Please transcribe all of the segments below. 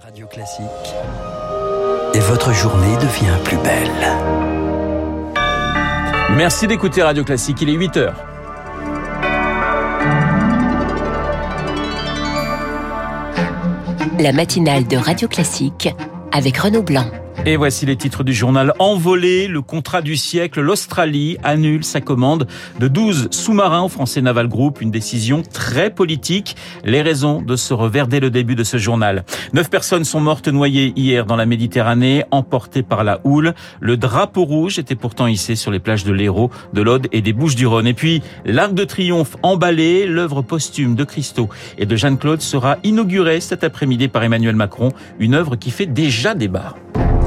Radio Classique. Et votre journée devient plus belle. Merci d'écouter Radio Classique, il est 8h. La matinale de Radio Classique avec Renaud Blanc. Et voici les titres du journal. Envolé, le contrat du siècle, l'Australie annule sa commande de 12 sous-marins au Français Naval Group. Une décision très politique. Les raisons de ce revers dès le début de ce journal. 9 personnes sont mortes noyées hier dans la Méditerranée, emportées par la houle. Le drapeau rouge était pourtant hissé sur les plages de l'Hérault, de l'Aude et des Bouches-du-Rhône. Et puis, l'Arc de Triomphe emballé, l'œuvre posthume de Christo et de Jeanne-Claude sera inaugurée cet après-midi par Emmanuel Macron. Une œuvre qui fait déjà débat.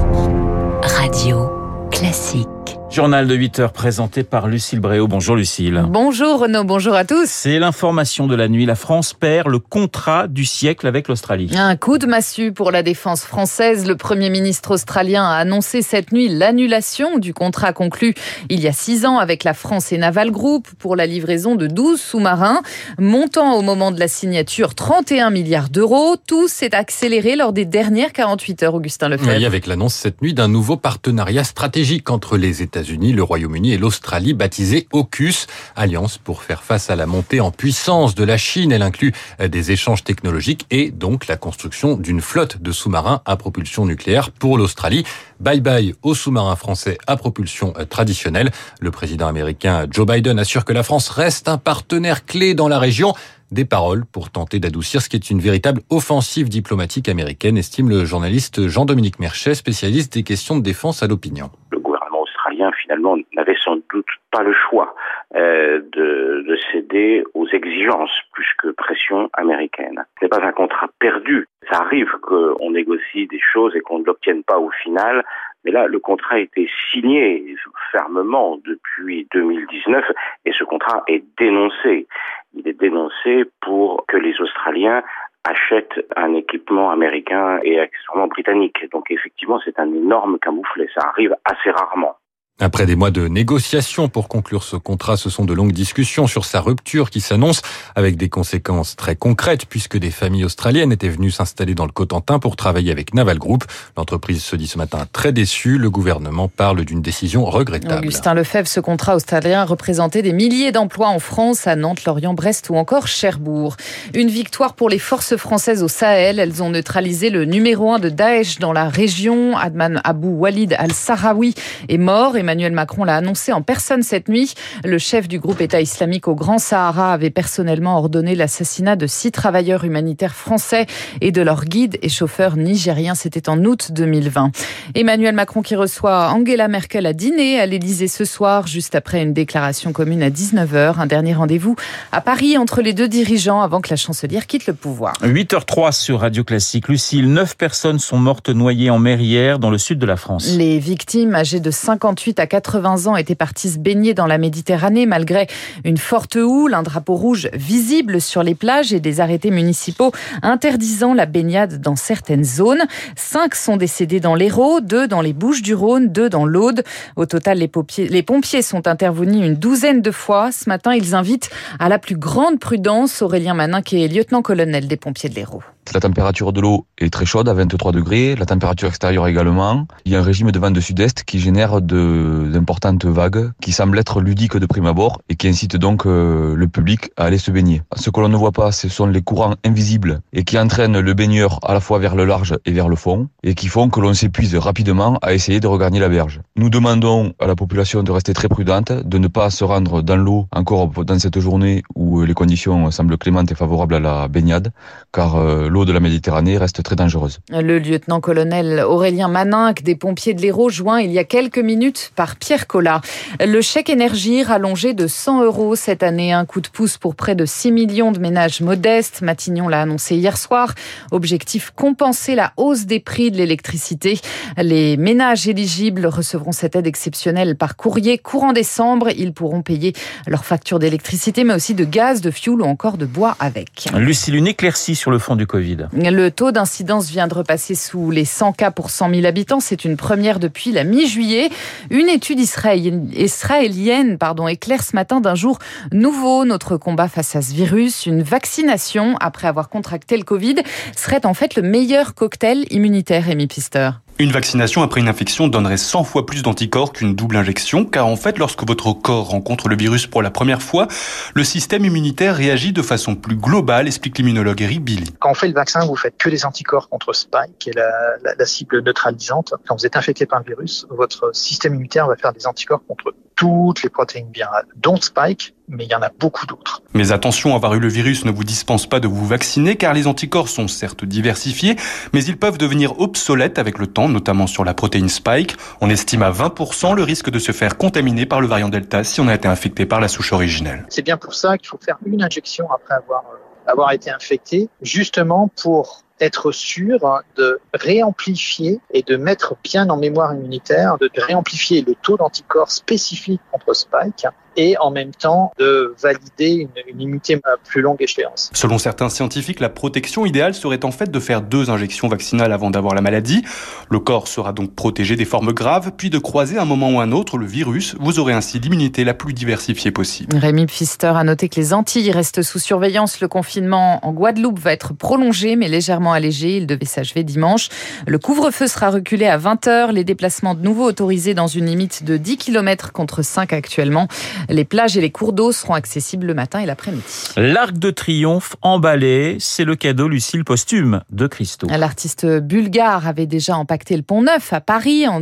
Radio Classique. Journal de 8h présenté par Lucille Bréau. Bonjour Lucille. Bonjour Renaud, bonjour à tous. C'est l'information de la nuit. La France perd le contrat du siècle avec l'Australie. Un coup de massue pour la défense française. Le Premier ministre australien a annoncé cette nuit l'annulation du contrat conclu il y a 6 ans avec la France et Naval Group pour la livraison de 12 sous-marins. Montant au moment de la signature 31 milliards d'euros. Tout s'est accéléré lors des dernières 48 heures, Augustin Lefebvre. Oui, avec l'annonce cette nuit d'un nouveau partenariat stratégique entre les États-Unis, le Royaume-Uni et l'Australie, baptisé AUKUS, alliance pour faire face à la montée en puissance de la Chine. Elle inclut des échanges technologiques et donc la construction d'une flotte de sous-marins à propulsion nucléaire pour l'Australie. Bye bye aux sous-marins français à propulsion traditionnelle. Le président américain Joe Biden assure que la France reste un partenaire clé dans la région. Des paroles pour tenter d'adoucir ce qui est une véritable offensive diplomatique américaine, estime le journaliste Jean-Dominique Merchet, spécialiste des questions de défense à l'opinion. Le gouvernement australien, finalement, n'avait sans doute pas le choix de céder aux exigences plus que pression américaine. Ce n'est pas un contrat perdu. Ça arrive qu'on négocie des choses et qu'on ne l'obtienne pas au final. Mais là, le contrat a été signé fermement depuis 2019 et ce contrat est dénoncé. Il est dénoncé pour que les Australiens achètent un équipement américain et accessoirement britannique. Donc effectivement, c'est un énorme camouflet. Ça arrive assez rarement. Après des mois de négociations pour conclure ce contrat, ce sont de longues discussions sur sa rupture qui s'annoncent avec des conséquences très concrètes puisque des familles australiennes étaient venues s'installer dans le Cotentin pour travailler avec Naval Group. L'entreprise se dit ce matin très déçue. Le gouvernement parle d'une décision regrettable. Augustin Lefebvre, ce contrat australien représentait des milliers d'emplois en France, à Nantes, Lorient, Brest ou encore Cherbourg. Une victoire pour les forces françaises au Sahel. Elles ont neutralisé le numéro 1 de Daesh dans la région. Adnan Abou Walid al-Sahraoui est mort. Emmanuel Macron l'a annoncé en personne cette nuit. Le chef du groupe État islamique au Grand Sahara avait personnellement ordonné l'assassinat de 6 travailleurs humanitaires français et de leur guide et chauffeur nigérien. C'était en août 2020. Emmanuel Macron qui reçoit Angela Merkel à dîner à l'Élysée ce soir, juste après une déclaration commune à 19h. Un dernier rendez-vous à Paris entre les deux dirigeants avant que la chancelière quitte le pouvoir. 8h03 sur Radio Classique. Lucille, 9 personnes sont mortes noyées en mer hier dans le sud de la France. Les victimes âgées de 58 à 80 ans étaient partis se baigner dans la Méditerranée malgré une forte houle, un drapeau rouge visible sur les plages et des arrêtés municipaux interdisant la baignade dans certaines zones. 5 sont décédés dans l'Hérault, 2 dans les Bouches-du-Rhône, 2 dans l'Aude. Au total, les pompiers sont intervenus une douzaine de fois. Ce matin, ils invitent à la plus grande prudence. Aurélien Manin, qui est lieutenant-colonel des pompiers de l'Hérault. La température de l'eau est très chaude, à 23 degrés. La température extérieure également. Il y a un régime de vent de sud-est qui génère d'importantes vagues qui semblent être ludiques de prime abord et qui incitent donc le public à aller se baigner. Ce que l'on ne voit pas, ce sont les courants invisibles et qui entraînent le baigneur à la fois vers le large et vers le fond et qui font que l'on s'épuise rapidement à essayer de regagner la berge. Nous demandons à la population de rester très prudente, de ne pas se rendre dans l'eau encore dans cette journée où les conditions semblent clémentes et favorables à la baignade, car l'eau de la Méditerranée reste très dangereuse. Le lieutenant-colonel Aurélien Maninck des pompiers de l'Hérault, joint il y a quelques minutes par Pierre Collat. Le chèque énergie rallongé de 100 € cette année, un coup de pouce pour près de 6 millions de ménages modestes. Matignon l'a annoncé hier soir. Objectif, compenser la hausse des prix de l'électricité. Les ménages éligibles recevront cette aide exceptionnelle par courrier courant décembre. Ils pourront payer leurs factures d'électricité, mais aussi de gaz, de fioul ou encore de bois avec. Lucille, une éclaircie sur le fond du Covid. Covid. Le taux d'incidence vient de repasser sous les 100 cas pour 100 000 habitants. C'est une première depuis la mi-juillet. Une étude israélienne éclaire ce matin d'un jour nouveau notre combat face à ce virus. Une vaccination, après avoir contracté le Covid, serait en fait le meilleur cocktail immunitaire, Rémi Pfister. Une vaccination après une infection donnerait 100 fois plus d'anticorps qu'une double injection, car en fait, lorsque votre corps rencontre le virus pour la première fois, le système immunitaire réagit de façon plus globale, explique l'immunologue Eric Billy. Quand on fait le vaccin, vous faites que des anticorps contre Spike, qui est la cible neutralisante. Quand vous êtes infecté par le virus, votre système immunitaire va faire des anticorps contre toutes les protéines virales, dont Spike, mais il y en a beaucoup d'autres. Mais attention, avoir eu le virus ne vous dispense pas de vous vacciner, car les anticorps sont certes diversifiés, mais ils peuvent devenir obsolètes avec le temps, notamment sur la protéine Spike. On estime à 20% le risque de se faire contaminer par le variant Delta si on a été infecté par la souche originelle. C'est bien pour ça qu'il faut faire une injection après avoir été infecté, justement pour être sûr de réamplifier et de mettre bien en mémoire immunitaire, de réamplifier le taux d'anticorps spécifique contre Spike et en même temps de valider une immunité à plus longue échéance. Selon certains scientifiques, la protection idéale serait en fait de faire 2 injections vaccinales avant d'avoir la maladie. Le corps sera donc protégé des formes graves, puis de croiser à un moment ou un autre le virus. Vous aurez ainsi l'immunité la plus diversifiée possible. Rémi Pfister a noté que les Antilles restent sous surveillance. Le confinement en Guadeloupe va être prolongé, mais légèrement allégé. Il devait s'achever dimanche. Le couvre-feu sera reculé à 20h. Les déplacements de nouveau autorisés dans une limite de 10 km contre 5 actuellement. Les plages et les cours d'eau seront accessibles le matin et l'après-midi. L'Arc de Triomphe emballé, c'est le cadeau Lucille posthume de Christo. L'artiste bulgare avait déjà empaqueté le Pont-Neuf à Paris en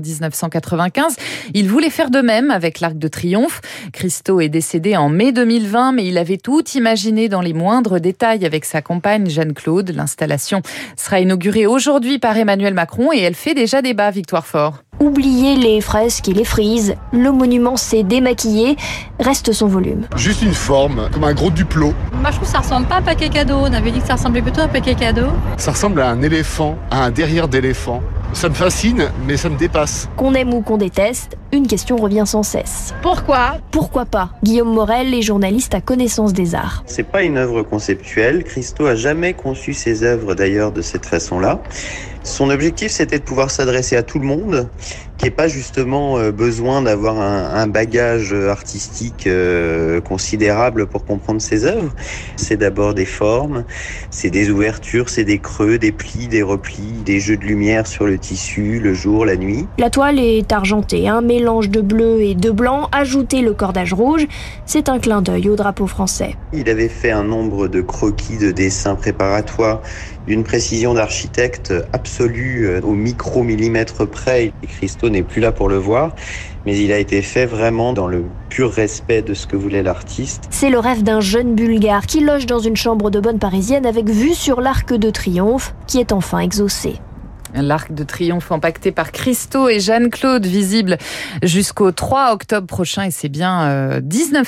1995. Il voulait faire de même avec l'Arc de Triomphe. Christo est décédé en mai 2020, mais il avait tout imaginé dans les moindres détails avec sa compagne Jeanne-Claude. L'installation sera inaugurée aujourd'hui par Emmanuel Macron et elle fait déjà débat, Victoire Fort. Oubliez les fresques et les frises, le monument s'est démaquillé, reste son volume. Juste une forme, comme un gros duplo. Moi je trouve que ça ressemble pas à un paquet cadeau, on avait dit que ça ressemblait plutôt à un paquet cadeau. Ça ressemble à un éléphant, à un derrière d'éléphant. Ça me fascine, mais ça me dépasse. Qu'on aime ou qu'on déteste, une question revient sans cesse. Pourquoi ? Pourquoi pas ? Guillaume Morel est journaliste à Connaissance des Arts. C'est pas une œuvre conceptuelle, Christo a jamais conçu ses œuvres d'ailleurs de cette façon-là. Son objectif, c'était de pouvoir s'adresser à tout le monde, qui n'ait pas justement besoin d'avoir un bagage artistique considérable pour comprendre ses œuvres. C'est d'abord des formes, c'est des ouvertures, c'est des creux, des plis, des replis, des jeux de lumière sur le tissu, le jour, la nuit. La toile est argentée, un mélange de bleu et de blanc, ajouté le cordage rouge, c'est un clin d'œil au drapeau français. Il avait fait un nombre de croquis, de dessins préparatoires, d'une précision d'architecte absolue au micro-millimètre près. Et Christo n'est plus là pour le voir, mais il a été fait vraiment dans le pur respect de ce que voulait l'artiste. C'est le rêve d'un jeune Bulgare qui loge dans une chambre de bonne parisienne avec vue sur l'Arc de Triomphe, qui est enfin exaucé. L'Arc de Triomphe empaqueté par Christo et Jeanne-Claude, visible jusqu'au 3 octobre prochain. Et c'est bien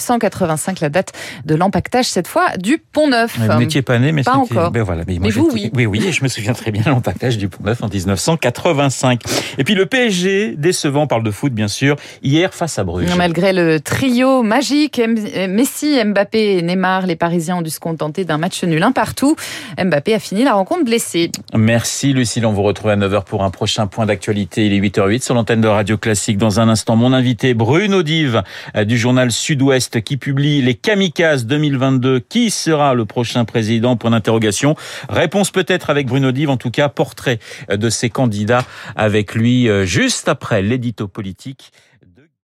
1985, la date de l'empaquetage, cette fois, du Pont-Neuf. Vous n'étiez pas né, mais pas encore. Ben voilà, mais vous, oui. Oui, et je me souviens très bien de l'empaquetage du Pont-Neuf en 1985. Et puis le PSG, décevant, on parle de foot, bien sûr, hier face à Bruges. Malgré le trio magique, Messi, Mbappé et Neymar, les Parisiens ont dû se contenter d'un match nul 1-1. Mbappé a fini la rencontre blessé. Merci Lucille, on vous retrouve à 9h pour un prochain point d'actualité. Il est 8h08 sur l'antenne de Radio Classique. Dans un instant, mon invité Bruno Dive du journal Sud-Ouest qui publie les Kamikazes 2022. Qui sera le prochain président ? Point d'interrogation. Réponse peut-être avec Bruno Dive. En tout cas, portrait de ces candidats avec lui juste après l'édito politique.